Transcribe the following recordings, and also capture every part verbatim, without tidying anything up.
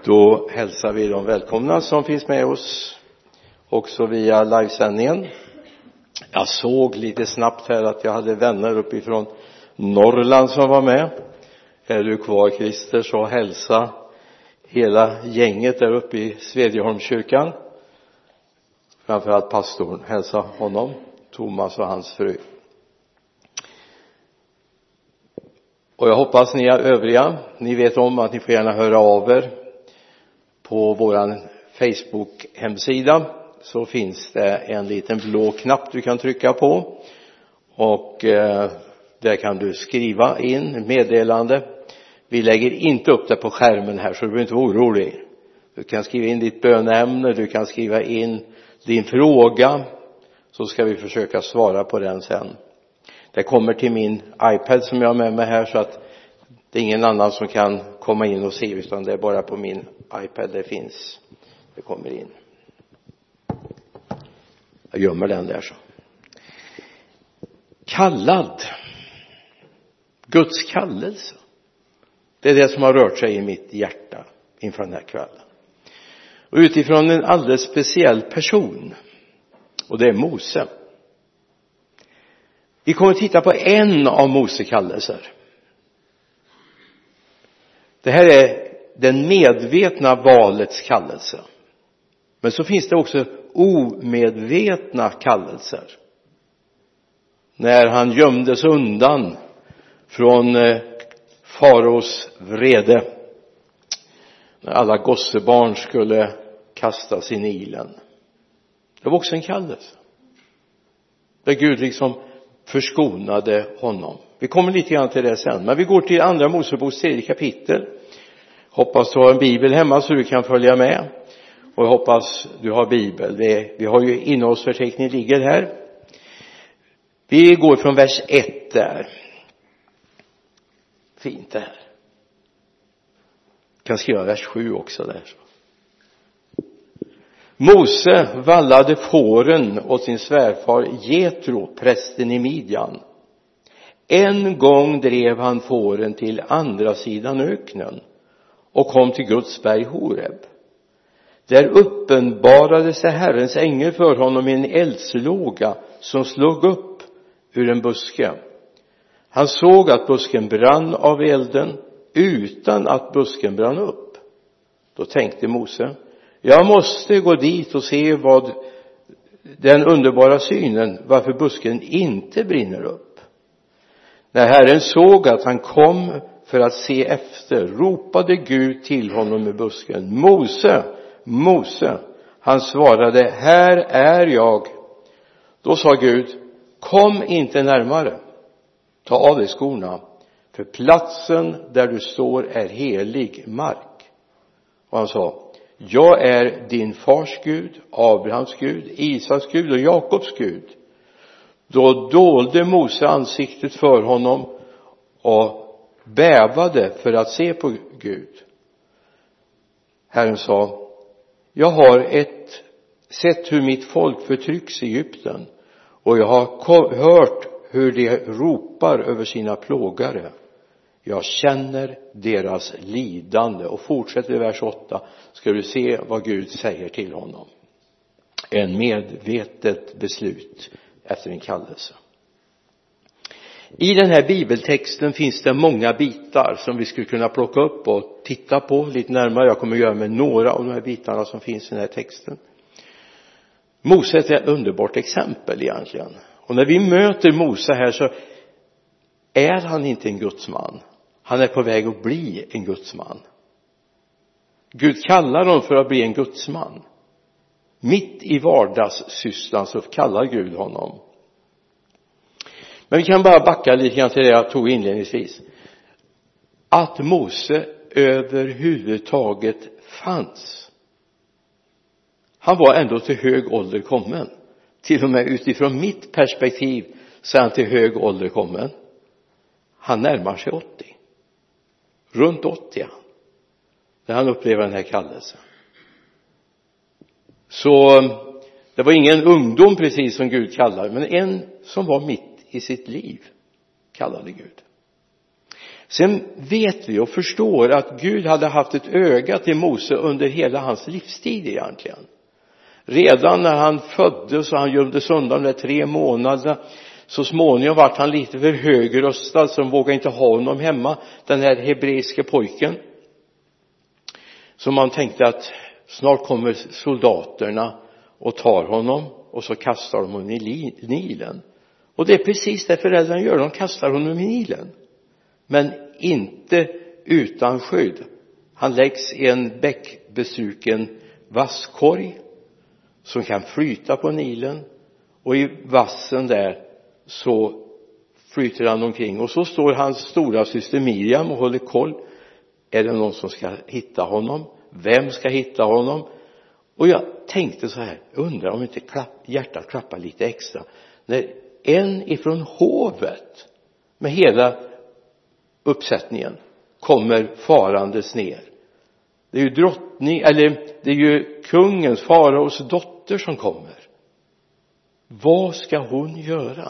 Då hälsar vi de välkomna som finns med oss också via livesändningen. Jag såg lite snabbt här att jag hade vänner uppifrån Norrland som var med. Är du kvar, Christer, så hälsa hela gänget där uppe i Svedjeholmskyrkan. Framförallt pastorn, hälsa honom, Thomas och hans fru. Och jag hoppas ni är övriga, ni vet om att ni får gärna höra av er. På våran Facebook-hemsida så finns det en liten blå knapp du kan trycka på. Och eh, där kan du skriva in meddelande. Vi lägger inte upp det på skärmen här så du behöver inte vara orolig. Du kan skriva in ditt bönämne, du kan skriva in din fråga. Så ska vi försöka svara på den sen. Det kommer till min iPad som jag har med mig här, så att det är ingen annan som kan komma in och se, utan det är bara på min iPad det finns. Det kommer in. Jag gömmer den där så. Kallad. Guds kallelse. Det är det som har rört sig i mitt hjärta inför den här kvällen. Och utifrån en alldeles speciell person. Och det är Mose. Vi kommer att titta på en av Mose kallelser. Det här är den medvetna valets kallelse. Men så finns det också omedvetna kallelser. När han gömdes undan från eh, faraos vrede. När alla gossebarn skulle kastas i Nilen. Det var också en kallelse. Där Gud liksom förskonade honom. Vi kommer lite grann till det sen. Men vi går till andra Moseboks tredje kapitel. Hoppas du har en bibel hemma så du kan följa med. Och jag hoppas du har bibel. Det, vi har ju innehållsförteckning ligger här. Vi går från vers ett där. Fint det här. Jag kan skriva vers sju också där. Mose vallade fåren åt sin svärfar Jetro, prästen i Midjan. En gång drev han fåren till andra sidan öknen och kom till Guds berg Horeb. Där uppenbarade sig Herrens ängel för honom i en eldslåga som slog upp ur en buske. Han såg att busken brann av elden utan att busken brann upp. Då tänkte Mose: jag måste gå dit och se vad den underbara synen, varför busken inte brinner upp. När Herren såg att han kom för att se efter, ropade Gud till honom i busken: Mose, Mose. Han svarade: här är jag. Då sa Gud: kom inte närmare. Ta av dig skorna, för platsen där du står är helig mark. Och han sa: jag är din fars Gud, Abrahams Gud, Isaks Gud och Jakobs Gud. Då dolde Mose ansiktet för honom och bävade för att se på Gud. Herren sa: jag har ett, sett hur mitt folk förtrycks i Egypten, och jag har hört hur de ropar över sina plågare. Jag känner deras lidande. Och fortsätter i vers åtta ska du se vad Gud säger till honom. En medvetet beslut efter en kallelse. I den här bibeltexten finns det många bitar som vi skulle kunna plocka upp och titta på lite närmare. Jag kommer att göra med några av de här bitarna som finns i den här texten. Mose är ett underbart exempel egentligen. Och när vi möter Mose här så är han inte en gudsman. Han är på väg att bli en gudsman. Gud kallar honom för att bli en gudsman. Mitt i vardagssysslan så kallar Gud honom. Men vi kan bara backa lite grann till det jag tog inledningsvis. Att Mose överhuvudtaget fanns. Han var ändå till hög ålder kommen. Till och med utifrån mitt perspektiv så är han till hög ålder kommen. Han närmar sig åttio. Runt åttio. När han upplever den här kallelsen. Så det var ingen ungdom precis som Gud kallade. Men en som var mitt i sitt liv kallade Gud. Sen vet vi och förstår att Gud hade haft ett öga till Mose under hela hans livstid egentligen. Redan när han föddes och han gömdes undan de tre månaderna, så småningom vart han lite för högröstad, så de vågade inte ha honom hemma, den här hebreiska pojken. Så man tänkte att snart kommer soldaterna och tar honom och så kastar de honom i Nilen. Och det är precis det föräldrarna gör, de kastar honom i Nilen. Men inte utan skydd. Han läggs i en bäckbestruken vasskorg som kan flyta på Nilen, och i vassen där så flyter han omkring, och så står hans stora syster Miriam och håller koll. Är det någon som ska hitta honom? Vem ska hitta honom? Och jag tänkte så här, undrar om inte klapp, hjärtat klappar lite extra när en ifrån hovet med hela uppsättningen kommer farandes ner. Det är ju drottning, eller det är ju kungens, faraos dotter som kommer. Vad ska hon göra?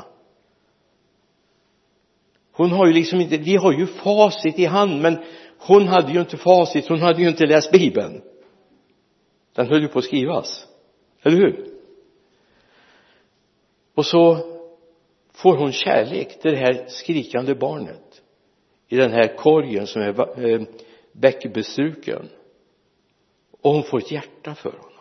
Hon har ju liksom inte, vi har ju facit i hand, men hon hade ju inte facit, hon hade ju inte läst Bibeln. Den höll ju på att skrivas. Eller hur? Och så får hon kärlek till det här skrikande barnet i den här korgen som är eh, bäckbestruken. Och hon får ett hjärta för honom.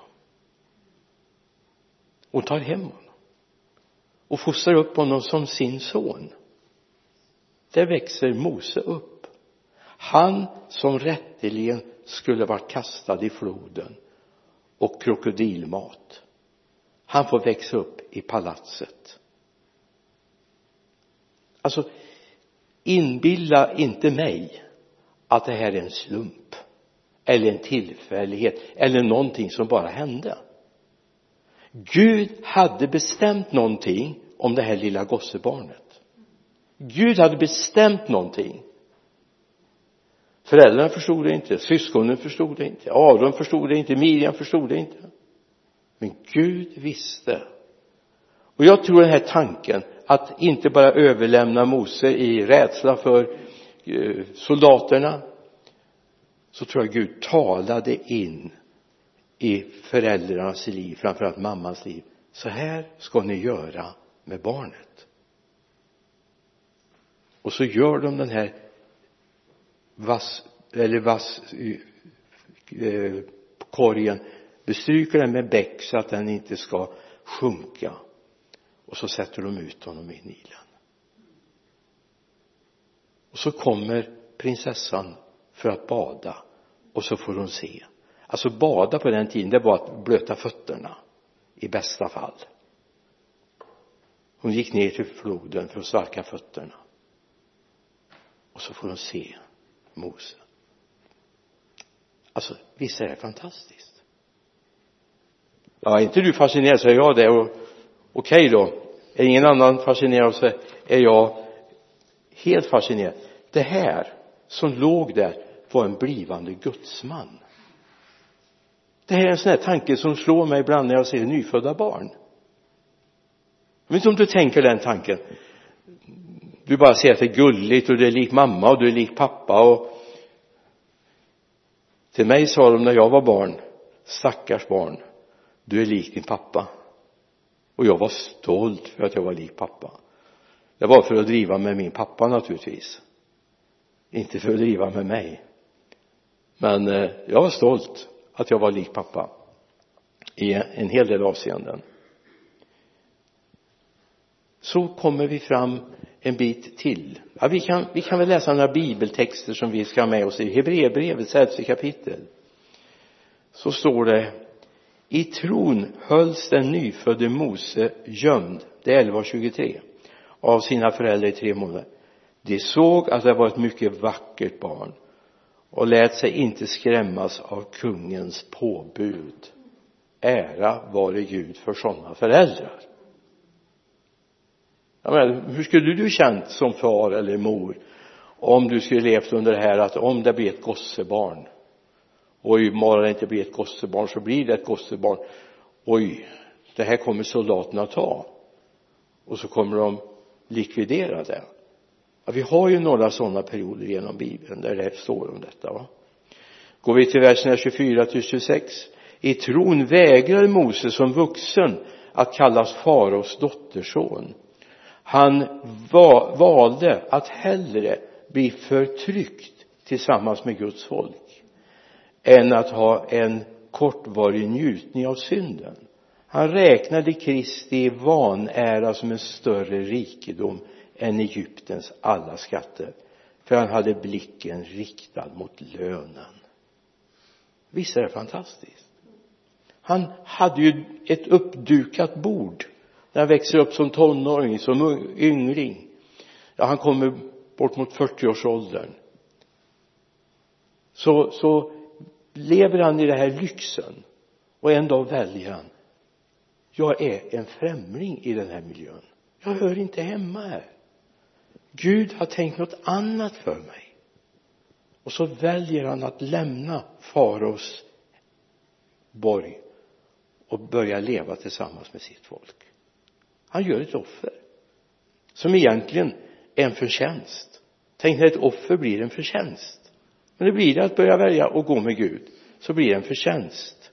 Hon tar hem honom och fostrar upp honom som sin son. Där växer Mose upp. Han som rätteligen skulle varit kastad i floden och krokodilmat. Han får växa upp i palatset. Alltså, inbilla inte mig att det här är en slump eller en tillfällighet eller någonting som bara hände. Gud hade bestämt någonting om det här lilla gossebarnet. Gud hade bestämt någonting. Föräldrarna förstod det inte, syskonen förstod det inte, Aron förstod det inte, Miriam förstod det inte. Men Gud visste. Och jag tror den här tanken att inte bara överlämna Mose i rädsla för soldaterna, så tror jag Gud talade in i föräldrarnas liv, framförallt mammans liv. Så här ska ni göra med barnet. Och så gör de den här vass, eller vass eh, korgen, bestryker den med bäck så att den inte ska sjunka. Och så sätter de ut honom i Nilen. Och så kommer prinsessan för att bada. Och så får hon se. Alltså bada på den tiden, det var att blöta fötterna. I bästa fall. Hon gick ner till floden för att svalka fötterna. Och så får hon se Mose. Alltså, visst är det fantastiskt. Ja, är inte du fascinerad så är jag det. Och, okej då. Är ingen annan fascinerad så är jag helt fascinerad. Det här som låg där var en blivande gudsman. Det här är en sån här tanke som slår mig ibland när jag ser nyfödda barn. Jag vet inte om du tänker den tanken. Du bara ser att det är gulligt och det är lik mamma och du är lik pappa. Och till mig sa de när jag var barn, stackars barn, du är lik din pappa. Och jag var stolt för att jag var lik pappa. Det var för att driva med min pappa naturligtvis. Inte för att driva med mig. Men eh, jag var stolt att jag var lik pappa. I en hel del avseenden. Så kommer vi fram en bit till. Ja, vi, kan, vi kan väl läsa några bibeltexter som vi ska ha med oss i Hebreerbrevets elfte kapitel. Så står det: i tron hölls den nyfödde Mose gömd, det är elva tjugotre, av sina föräldrar i tre månader. De såg att det var ett mycket vackert barn och lät sig inte skrämmas av kungens påbud. Ära vare Gud för sådana föräldrar. Jag menar, hur skulle du känt som far eller mor om du skulle levt under det här att om det blir ett gossebarn, oj, bara det inte blir ett gossebarn så blir det ett gossebarn. Oj, det här kommer soldaterna ta. Och så kommer de likvidera det. Ja, vi har ju några sådana perioder genom Bibeln där det står om detta, va? Går vi till verserna tjugofyra till tjugosex. I tron vägrade Moses som vuxen att kallas faraos dotterson. Han va- valde att hellre bli förtryckt tillsammans med Guds folk än att ha en kortvarig njutning av synden. Han räknade Kristi vanära som en större rikedom än Egyptens alla skatter, för han hade blicken riktad mot lönen. Visst är det fantastiskt? Han hade ju ett uppdukat bord när han växer upp som tonåring, som yngling. Ja, han kommer bort mot fyrtio-årsåldern. Så, så lever han i det här lyxen. Och en dag väljer han: jag är en främling i den här miljön. Jag hör inte hemma här. Gud har tänkt något annat för mig. Och så väljer han att lämna faraos borg och börja leva tillsammans med sitt folk. Han gör ett offer som egentligen är en förtjänst. Tänk när ett offer blir en förtjänst. Men det blir det att börja välja och gå med Gud, så blir det en förtjänst.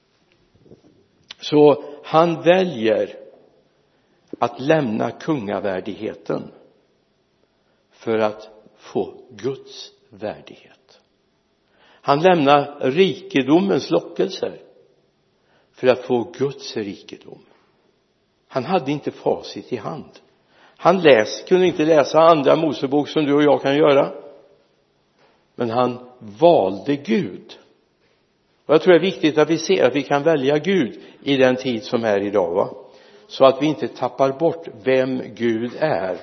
Så han väljer att lämna kungavärdigheten för att få Guds värdighet. Han lämnar rikedomens lockelser för att få Guds rikedom. Han hade inte facit i hand. Han läs, kunde inte läsa andra Mosebok som du och jag kan göra. Men han valde Gud. Och jag tror det är viktigt att vi ser att vi kan välja Gud i den tid som är idag, va? Så att vi inte tappar bort vem Gud är.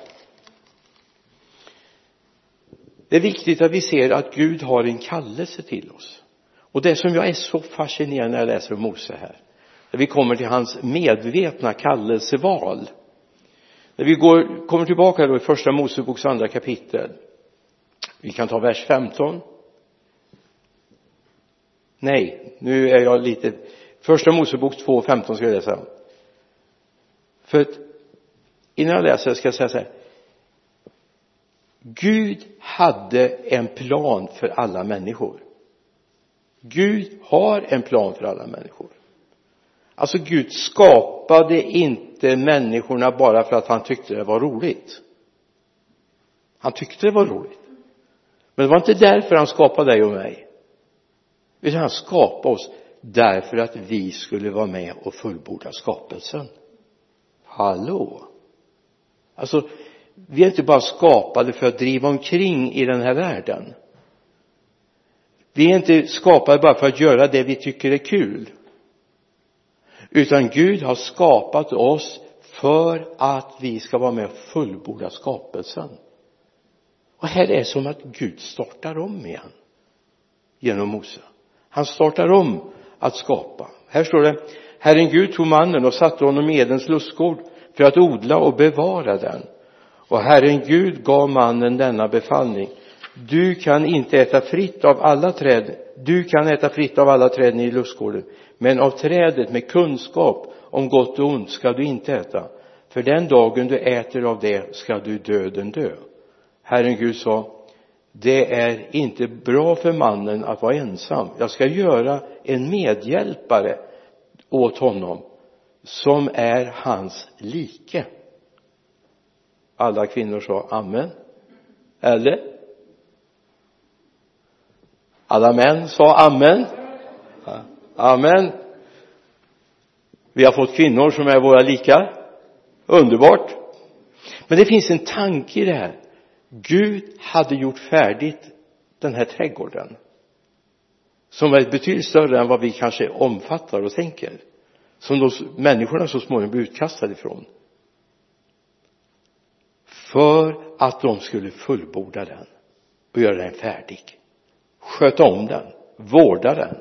Det är viktigt att vi ser att Gud har en kallelse till oss. Och det som jag är så fascinerad när jag läser om Mose här, när vi kommer till hans medvetna kallelseval. När vi går, kommer tillbaka då i första Moseboks andra kapitel. Vi kan ta vers femton. Nej, nu är jag lite... Första Mosebok två femton ska jag läsa. För att innan jag läser ska jag säga så här. Gud hade en plan för alla människor. Gud har en plan för alla människor. Alltså Gud skapade inte människorna bara för att han tyckte det var roligt. Han tyckte det var roligt. Men det var inte därför han skapade dig och mig. Utan han skapade oss därför att vi skulle vara med och fullborda skapelsen. Hallå! Alltså, vi är inte bara skapade för att driva omkring i den här världen. Vi är inte skapade bara för att göra det vi tycker är kul. Utan Gud har skapat oss för att vi ska vara med och fullborda skapelsen. Och här är det som att Gud startar om igen. Genom Mose. Han startar om att skapa. Här står det: Herren Gud tog mannen och satte honom i Edens lustgård för att odla och bevara den. Och Herren Gud gav mannen denna befallning: Du kan inte äta fritt av alla träd. Du kan äta fritt av alla träden i lustgården. Men av trädet med kunskap om gott och ont ska du inte äta. För den dagen du äter av det ska du döden dö. Herren Gud sa: Det är inte bra för mannen att vara ensam. Jag ska göra en medhjälpare åt honom som är hans like. Alla kvinnor sa amen. Eller? Alla män sa amen. Amen. Vi har fått kvinnor som är våra likar. Underbart. Men det finns en tanke i det här. Gud hade gjort färdigt den här trädgården. Som är betydligt större än vad vi kanske omfattar och tänker. Som de människorna så småningom blir utkastade ifrån. För att de skulle fullborda den. Och göra den färdig. Sköta om den. Vårda den.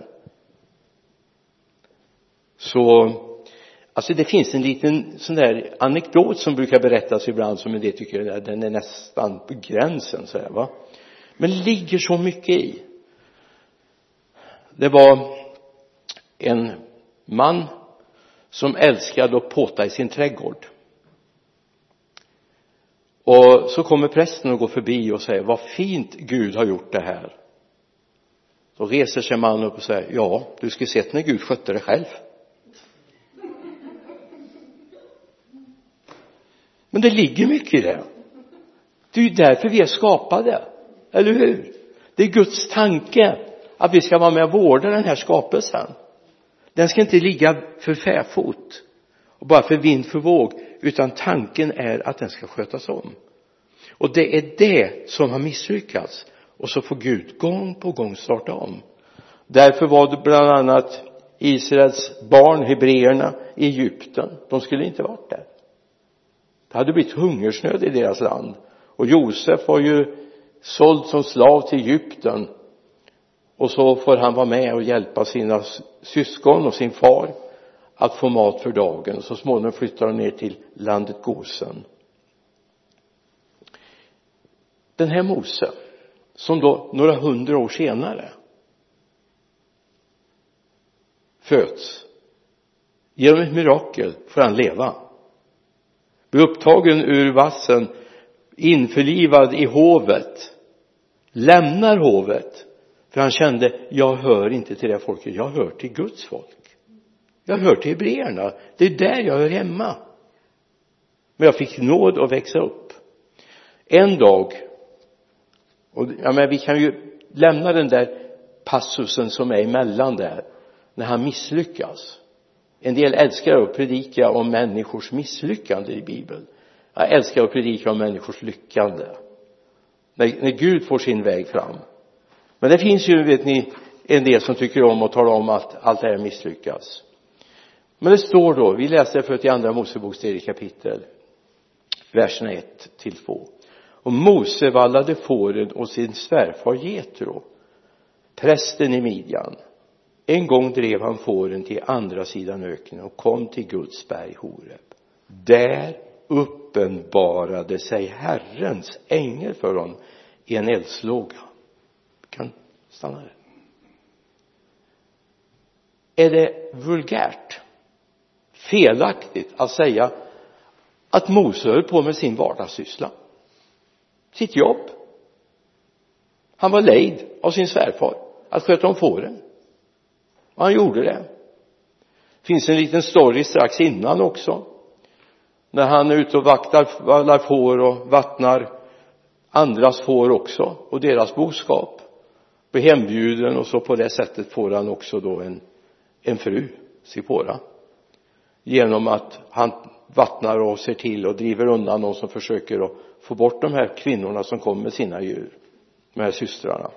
Så, alltså det finns en liten sån där anekdot som brukar berättas ibland, som en del tycker att den är nästan på gränsen så här, va. Men ligger så mycket i. Det var en man som älskade att påta i sin trädgård. Och så kommer prästen och går förbi och säger, vad fint Gud har gjort det här. Då reser sig mannen upp och säger, ja, du skulle sett när Gud skötte det själv. Men det ligger mycket i det. Det är ju därför vi är skapade. Eller hur? Det är Guds tanke att vi ska vara med och vårda den här skapelsen. Den ska inte ligga för fäfot och bara för vind för våg, utan tanken är att den ska skötas om. Och det är det som har misslyckats. Och så får Gud gång på gång starta om. Därför var det bland annat Israels barn, hebreerna i Egypten. De skulle inte varit där. Det hade blivit hungersnöd i deras land. Och Josef var ju såld som slav till Egypten. Och så får han vara med och hjälpa sina syskon och sin far att få mat för dagen. Och så småningom flyttar de ner till landet Gosen. Den här Mose, som då några hundra år senare föds, genom ett mirakel får han leva. Blir upptagen ur vassen, införlivad i hovet, lämnar hovet, för han kände, jag hör inte till det folket, jag hör till Guds folk. Jag hör till hebreerna, det är där jag hör hemma. Men jag fick nåd att växa upp. En dag, och ja, men vi kan ju lämna den där passusen som är emellan där, när han misslyckas. En del älskar att predika om människors misslyckande i Bibeln. Jag älskar att predika om människors lyckande. När, när Gud får sin väg fram. Men det finns ju, vet ni, en del som tycker om att tala om att allt det här misslyckas. Men det står då, vi läste för ett i andra Moseboks tredje kapitel, verserna ett till två. Och Mose vallade fåren och sin svärfar Jetro, prästen i Midjan. En gång drev han fåren till andra sidan öknen och kom till Guds berg Horeb. Där uppenbarade sig Herrens ängel för honom i en eldslåga. Kan stanna där. Är det vulgärt, felaktigt att säga att Mose höll på med sin vardagssyssla, sitt jobb? Han var lejd av sin svärfar att sköta om fåren. Och han gjorde det. Det finns en liten story strax innan också. När han är ute och vaktar vallar får och vattnar andras får också. Och deras boskap. Blir hembjuden och så på det sättet får han också då en, en fru, Sipora. Genom att han vattnar och ser till och driver undan de som försöker att få bort de här kvinnorna som kommer med sina djur. De här systrarna.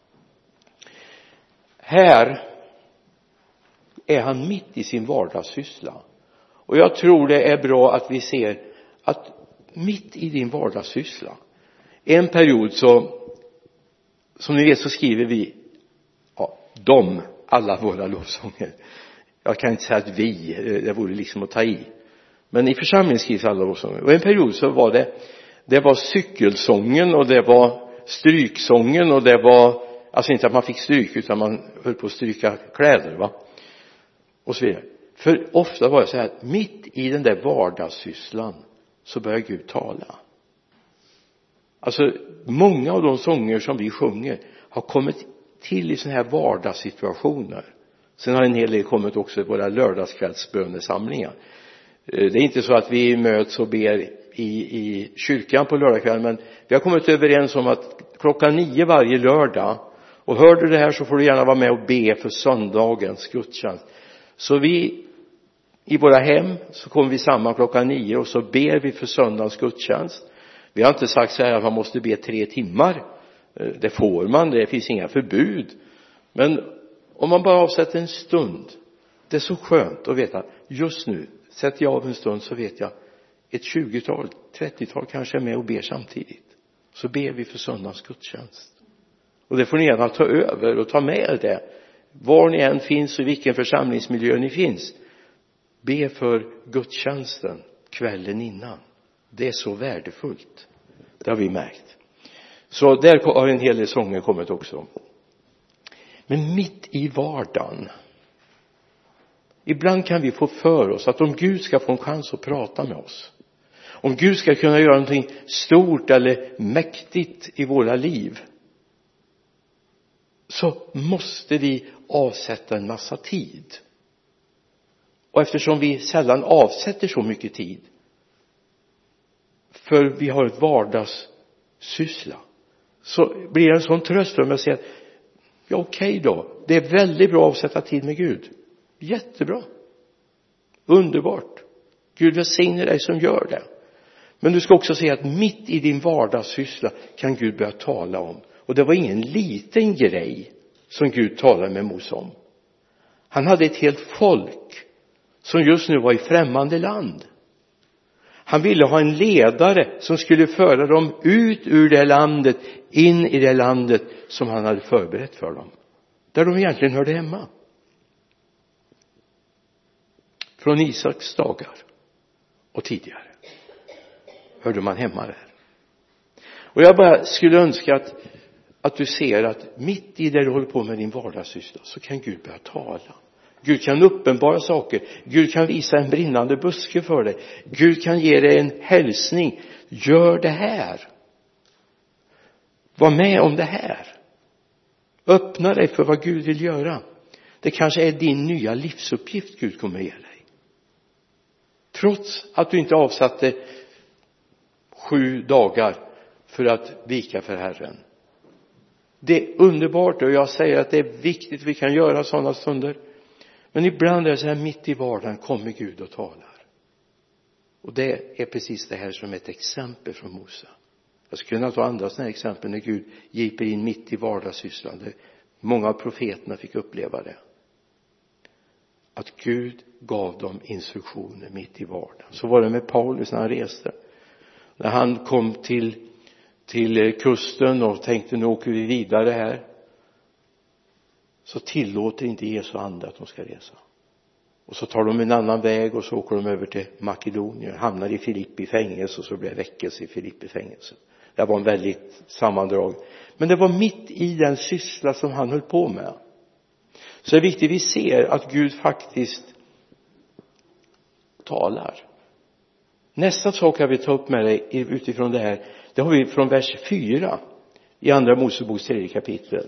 Här är han mitt i sin vardagssyssla. Och jag tror det är bra att vi ser att mitt i din vardagssyssla, en period så, som ni vet så skriver vi, ja, de, alla våra lovsånger. Jag kan inte säga att vi, det vore liksom att ta i. Men i församlingen skrivs alla lovsånger. Och en period så var det, det var cykelsången och det var stryksången och det var, alltså inte att man fick stryk utan man höll på att stryka kläder, va? Och så vidare. För ofta var det så här att mitt i den där vardagssysslan så börjar Gud tala. Alltså många av de sånger som vi sjunger har kommit till i såna här vardagssituationer. Sen har en hel del kommit också i våra lördagskvällsbönesamlingar. Det är inte så att vi möts och ber i, i kyrkan på lördagskvällen, men vi har kommit överens om att klockan nio varje lördag, och hör du det här så får du gärna vara med och be för söndagens gudstjänst. Så vi i våra hem så kommer vi samman klockan nio och så ber vi för söndagens gudstjänst. Vi har inte sagt så här att man måste be tre timmar. Det får man, det finns inga förbud. Men om man bara avsätter en stund, det är så skönt att veta, just nu sätter jag av en stund så vet jag ett tjugotal, trettiotal kanske är med och ber samtidigt. Så ber vi för söndagens gudstjänst. Och det får ni gärna ta över och ta med det. Var ni än finns och vilken församlingsmiljö ni finns. Be för gudstjänsten kvällen innan. Det är så värdefullt. Det har vi märkt. Så där har en hel del sånger kommit också. Men mitt i vardagen. Ibland kan vi få för oss att om Gud ska få en chans att prata med oss. Om Gud ska kunna göra någonting stort eller mäktigt i våra liv, så måste vi avsätta en massa tid. Och eftersom vi sällan avsätter så mycket tid, för vi har ett vardagssyssla, så blir det en sån tröst för mig att säga, ja okej okay då, det är väldigt bra att avsätta tid med Gud. Jättebra. Underbart. Gud välsigne dig som gör det. Men du ska också se att mitt i din vardagssyssla kan Gud börja tala om. Och det var ingen liten grej som Gud talade med Mose om. Han hade ett helt folk som just nu var i främmande land. Han ville ha en ledare som skulle föra dem ut ur det landet, in i det landet som han hade förberett för dem. Där de egentligen hörde hemma. Från Isaks dagar och tidigare hörde man hemma där. Och jag bara skulle önska att, att du ser att mitt i det du håller på med din vardagssyssla, så kan Gud börja tala. Gud kan uppenbara saker. Gud kan visa en brinnande buske för dig. Gud kan ge dig en hälsning. Gör det här. Var med om det här. Öppna dig för vad Gud vill göra. Det kanske är din nya livsuppgift Gud kommer ge dig. Trots att du inte avsatte sju dagar för att vika för Herren. Det är underbart, och jag säger att det är viktigt att vi kan göra sådana stunder. Men ibland är det så här, mitt i vardagen kommer Gud och talar. Och det är precis det här som ett exempel från Mose. Jag skulle kunna ta andra sådana här exempel när Gud griper in mitt i vardagssysslan. Många av profeterna fick uppleva det. Att Gud gav dem instruktioner mitt i vardagen. Så var det med Paulus när han reste. När han kom till, till kusten och tänkte, nu åker vi vidare här. Så tillåter inte Jesu ande att de ska resa. Och så tar de en annan väg och så åker de över till Makedonien. Hamnar i Filippi fängelse, och så blir det väckelse i Filippi fängelse. Det var en väldigt sammandrag. Men det var mitt i den syssla som han höll på med. Så det är viktigt vi ser att Gud faktiskt talar. Nästa sak jag vill ta upp med dig utifrån det här, det har vi från vers fyra i andra Moseboks tredje kapitel.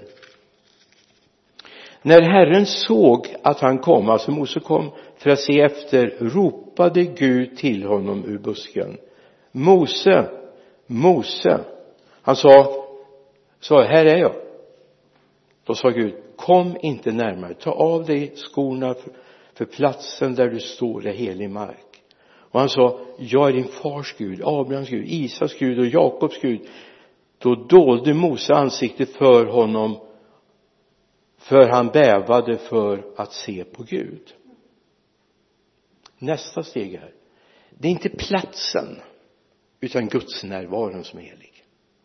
När Herren såg att han kom, alltså Mose kom för att se efter, ropade Gud till honom ur busken. Mose, Mose. Han sa, sa här är jag. Då sa Gud, kom inte närmare. Ta av dig skorna för, för platsen där du står är helig mark. Och han sa, jag är din fars Gud, Abrahams Gud, Isaks Gud och Jakobs Gud. Då dolde Mose ansiktet för honom, för han bävade för att se på Gud. Nästa steg här. Det är inte platsen, utan Guds närvaron som är helig.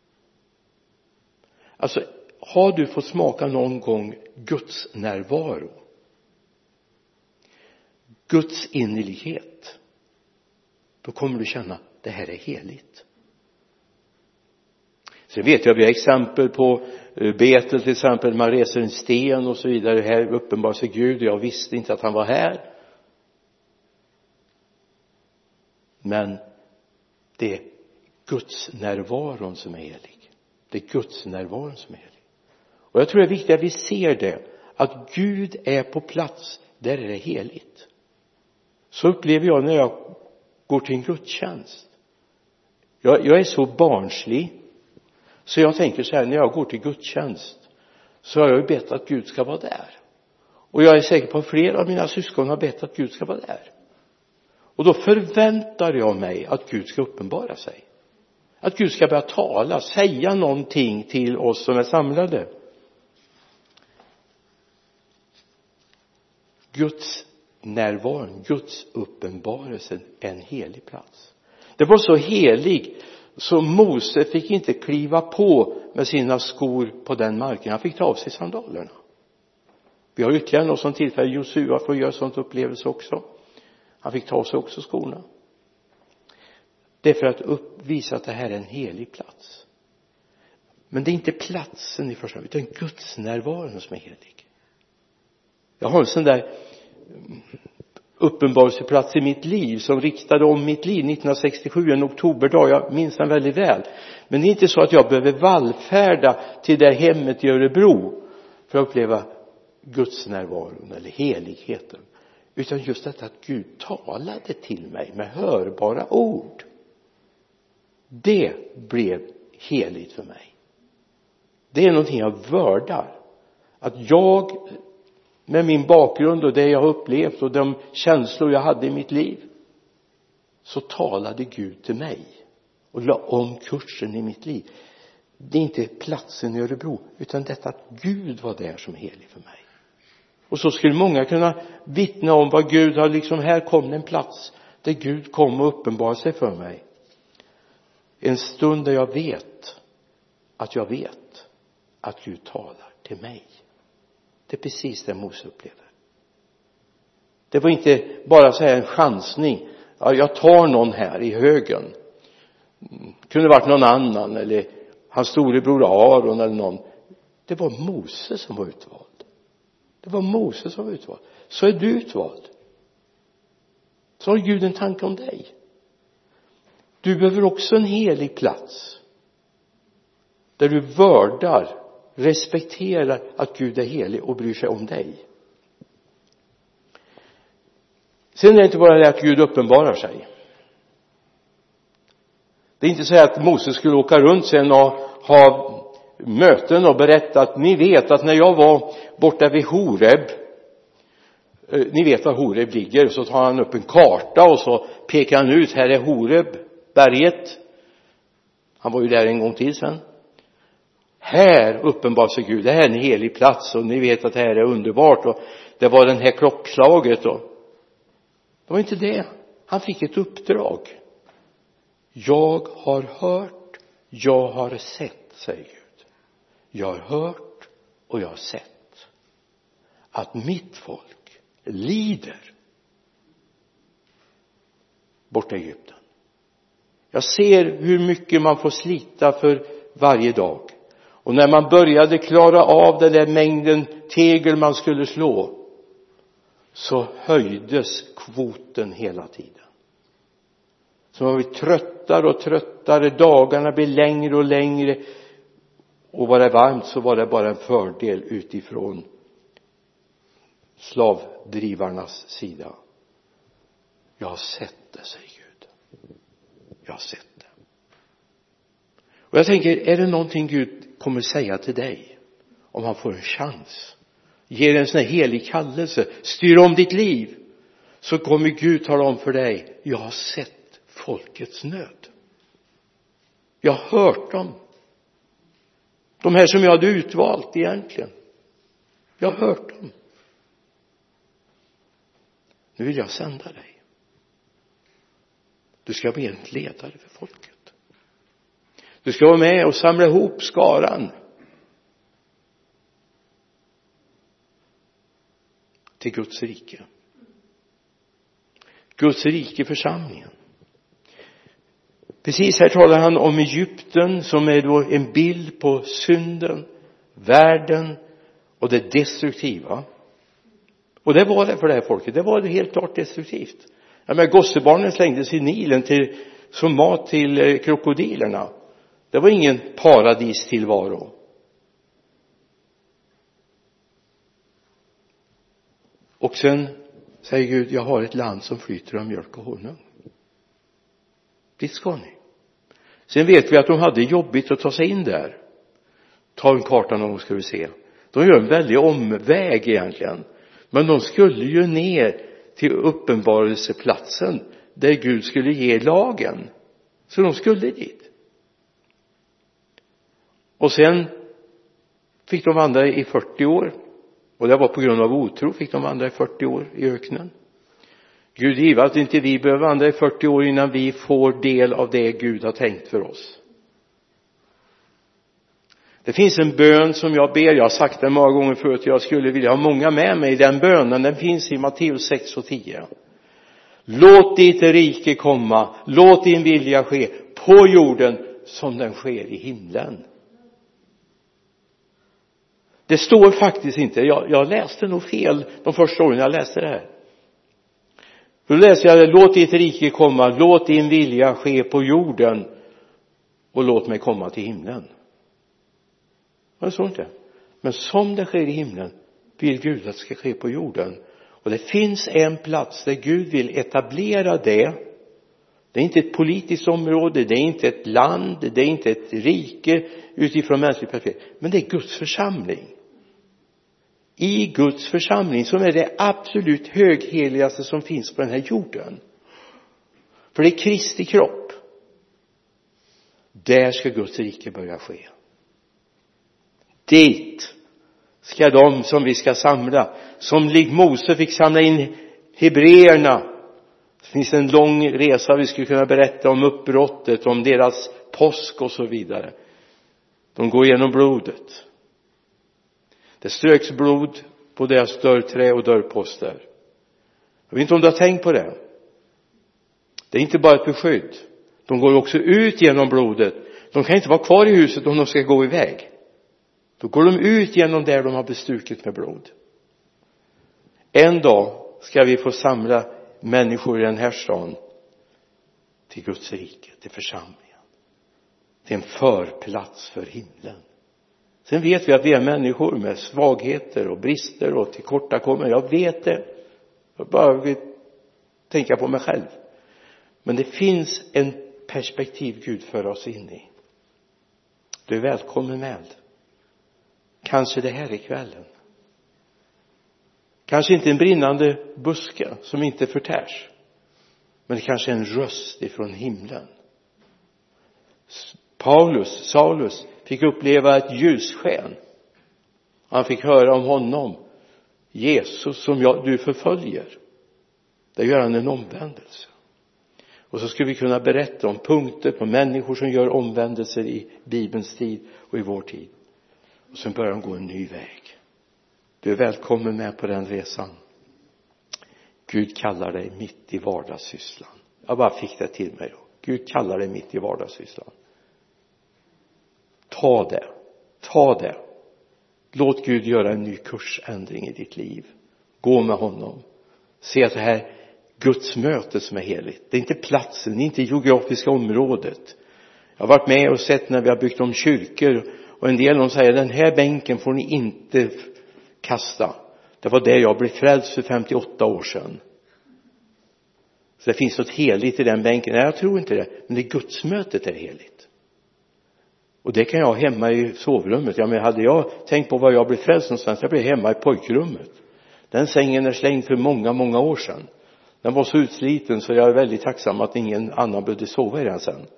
Alltså, har du fått smaka någon gång Guds närvaro? Guds innerlighet. Då kommer du känna, det här är heligt. Sen vet jag, vi har exempel på Betel till exempel, man reser en sten och så vidare. Här uppenbar sig Gud, jag visste inte att han var här. Men det är Guds närvaron som är helig. Det är Guds närvaron som är helig. Och jag tror det är viktigt att vi ser det, att Gud är på plats där är det heligt. Så upplever jag när jag går till en gudstjänst. Jag, jag är så barnslig, så jag tänker så här, när jag går till gudstjänst så har jag ju bett att Gud ska vara där. Och jag är säker på att flera av mina syskon har bett att Gud ska vara där. Och då förväntar jag mig att Gud ska uppenbara sig. Att Gud ska börja tala, säga någonting till oss som är samlade. Guds närvaron, Guds uppenbarelse är en helig plats. Det var så helig så Mose fick inte kliva på med sina skor på den marken. Han fick ta av sig sandalerna. Vi har ytterligare något sånt tillfälle. Josua får göra sånt upplevelse också. Han fick ta av sig också skorna. Det är för att uppvisa att det här är en helig plats. Men det är inte platsen i första hand, utan Guds närvaron som är helig. Jag har en sån där uppenbarelseplats i mitt liv som riktade om mitt liv nittonhundrasextiosju, en oktoberdag, jag minns den väldigt väl. Men det är inte så att jag behöver vallfärda till det hemmet i Örebro för att uppleva Guds närvaron eller heligheten, utan just detta att Gud talade till mig med hörbara ord. Det blev heligt för mig. Det är någonting jag värdar. Att jag med min bakgrund och det jag har upplevt och de känslor jag hade i mitt liv, så talade Gud till mig och la om kursen i mitt liv. Det är inte platsen i Örebro, utan detta att Gud var där som helig för mig. Och så skulle många kunna vittna om vad Gud har liksom, här kom en plats där Gud kom och uppenbarade sig för mig. En stund där jag vet att jag vet att Gud talar till mig. Det är precis det Mose upplever. Det var inte bara så här en chansning. Ja, jag tar någon här i högen. Kunde varit någon annan eller hans storebror Aron eller någon. Det var Mose som var utvald. Det var Mose som var utvald. Så är du utvald. Så har Gud en tanke om dig. Du behöver också en helig plats. Där du värdar, respekterar att Gud är helig och bryr sig om dig. Sen är det inte bara det att Gud uppenbarar sig. Det är inte så att Moses skulle åka runt sen och ha möten och berätta att ni vet att när jag var borta vid Horeb, ni vet var Horeb ligger, så tar han upp en karta och så pekar han ut, här är Horeb, berget. Han var ju där en gång till sen. Här uppenbar sig Gud, det här är en helig plats och ni vet att det här är underbart och det var den här klockslaget och det var inte det. Han fick ett uppdrag. Jag har hört, jag har sett, säger Gud. Jag har hört och jag har sett att mitt folk lider borta i Egypten. Jag ser hur mycket man får slita för varje dag. Och när man började klara av den där mängden tegel man skulle slå, så höjdes kvoten hela tiden. Så man blir tröttare och tröttare, dagarna blir längre och längre. Och var det varmt så var det bara en fördel utifrån slavdrivarnas sida. Jag har sett det, säger Gud. Jag har sett det. Och jag tänker, är det någonting Gud kommer säga till dig om han får en chans? Ger en sån här helig kallelse, styr om ditt liv, så kommer Gud tala om för dig, jag har sett folkets nöd. Jag har hört dem. De här som jag hade utvalt egentligen. Jag har hört dem. Nu vill jag sända dig. Du ska bli en ledare för folket. Du ska vara med och samla ihop skaran till Guds rike. Guds rike församlingen. Precis här talar han om Egypten som är då en bild på synden, världen och det destruktiva. Och det var det för det här folket. Det var det helt klart destruktivt. Ja, men gossebarnen slängdes i Nilen till, som mat till krokodilerna. Det var ingen paradistillvaro. Och sen säger Gud, jag har ett land som flyter av mjölk och honung. Dit ska ni. Sen vet vi att de hade jobbigt att ta sig in där. Ta en karta någon gång ska vi se. De gör en väldig omväg egentligen. Men de skulle ju ner till uppenbarelseplatsen där Gud skulle ge lagen. Så de skulle dit. Och sen fick de vandra i fyrtio år. Och det var på grund av otro fick de vandra i fyrtio år i öknen. Gud giv att inte vi behöver vandra i fyrtio år innan vi får del av det Gud har tänkt för oss. Det finns en bön som jag ber, jag har sagt det många gånger förut, jag skulle vilja ha många med mig i den bönen. Den finns i Matteus sex och tio. Låt ditt rike komma, låt din vilja ske på jorden som den sker i himlen. Det står faktiskt inte, jag, jag läste nog fel de första åren jag läste det här. Då läser jag: låt ditt rike komma, låt din vilja ske på jorden och låt mig komma till himlen. Det står inte. Men som det sker i himlen vill Gud att det ska ske på jorden. Och det finns en plats där Gud vill etablera det. Det är inte ett politiskt område, det är inte ett land, det är inte ett rike utifrån mänskligt perspektiv. Men det är Guds församling. I Guds församling, som är det absolut högheligaste som finns på den här jorden. För det är Kristi kropp. Där ska Guds rike börja ske. Dit ska de som vi ska samla, som lik Mose fick samla in hebreerna. Det finns en lång resa, vi skulle kunna berätta om uppbrottet, om deras påsk och så vidare. De går genom blodet. Det ströks blod på deras dörrträ och dörrposter. Jag vet inte om du har tänkt på det. Det är inte bara ett beskydd. De går också ut genom blodet. De kan inte vara kvar i huset om de ska gå iväg. Då går de ut genom där de har bestukit med blod. En dag ska vi få samla människor i den här stan till Guds rike, till församlingen. Det är en förplats för himlen. Sen vet vi att vi är människor med svagheter och brister och tillkortakommanden. Jag vet det. Jag bara vill tänka på mig själv. Men det finns en perspektiv Gud för oss in i. Du är välkommen med. Kanske det här är kvällen. Kanske inte en brinnande buske som inte förtärs. Men det kanske är en röst ifrån himlen. Paulus, Saulus fick uppleva ett ljussken. Han fick höra om honom. Jesus som jag, du förföljer. Där gör han en omvändelse. Och så skulle vi kunna berätta om punkter på människor som gör omvändelser i Bibelns tid och i vår tid. Och sen börjar de gå en ny väg. Du är välkommen med på den resan. Gud kallar dig mitt i vardagssysslan. Jag bara fick det till mig då. Gud kallar dig mitt i vardagssysslan. Ta det. Ta det. Låt Gud göra en ny kursändring i ditt liv. Gå med honom. Se att det här Guds möte som är heligt. Det är inte platsen, det är inte geografiska området. Jag har varit med och sett när vi har byggt om kyrkor. Och en del av dem säger, den här bänken får ni inte kasta. Det var där jag blev frälst för femtioåtta år sedan. Så det finns något heligt i den bänken. Nej, jag tror inte det. Men det Gudsmötet är heligt. Och det kan jag ha hemma i sovrummet. Ja, men hade jag tänkt på vad jag blev frälst någonstans. Jag blev hemma i pojkrummet. Den sängen är slängd för många, många år sedan. Den var så utsliten så jag är väldigt tacksam att ingen annan behövde sova i den sen.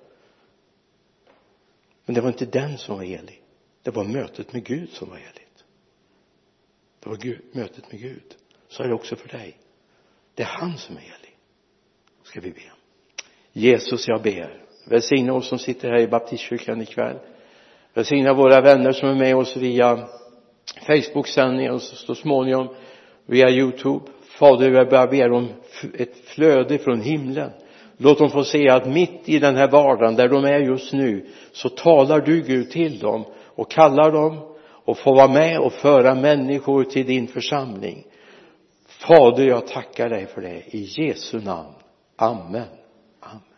Men det var inte den som var helig. Det var mötet med Gud som var heligt. Det var Gud, mötet med Gud. Så är det också för dig. Det är han som är helig. Ska vi be. Jesus, jag ber. Välsigna oss som sitter här i baptistkyrkan ikväll. Välsigna våra vänner som är med oss via Facebook-sändning och så småningom via YouTube. Fader, jag bara ber om ett flöde från himlen. Låt dem få se att mitt i den här vardagen där de är just nu så talar du Gud till dem och kallar dem och får vara med och föra människor till din församling. Fader, jag tackar dig för det i Jesu namn. Amen. Amen.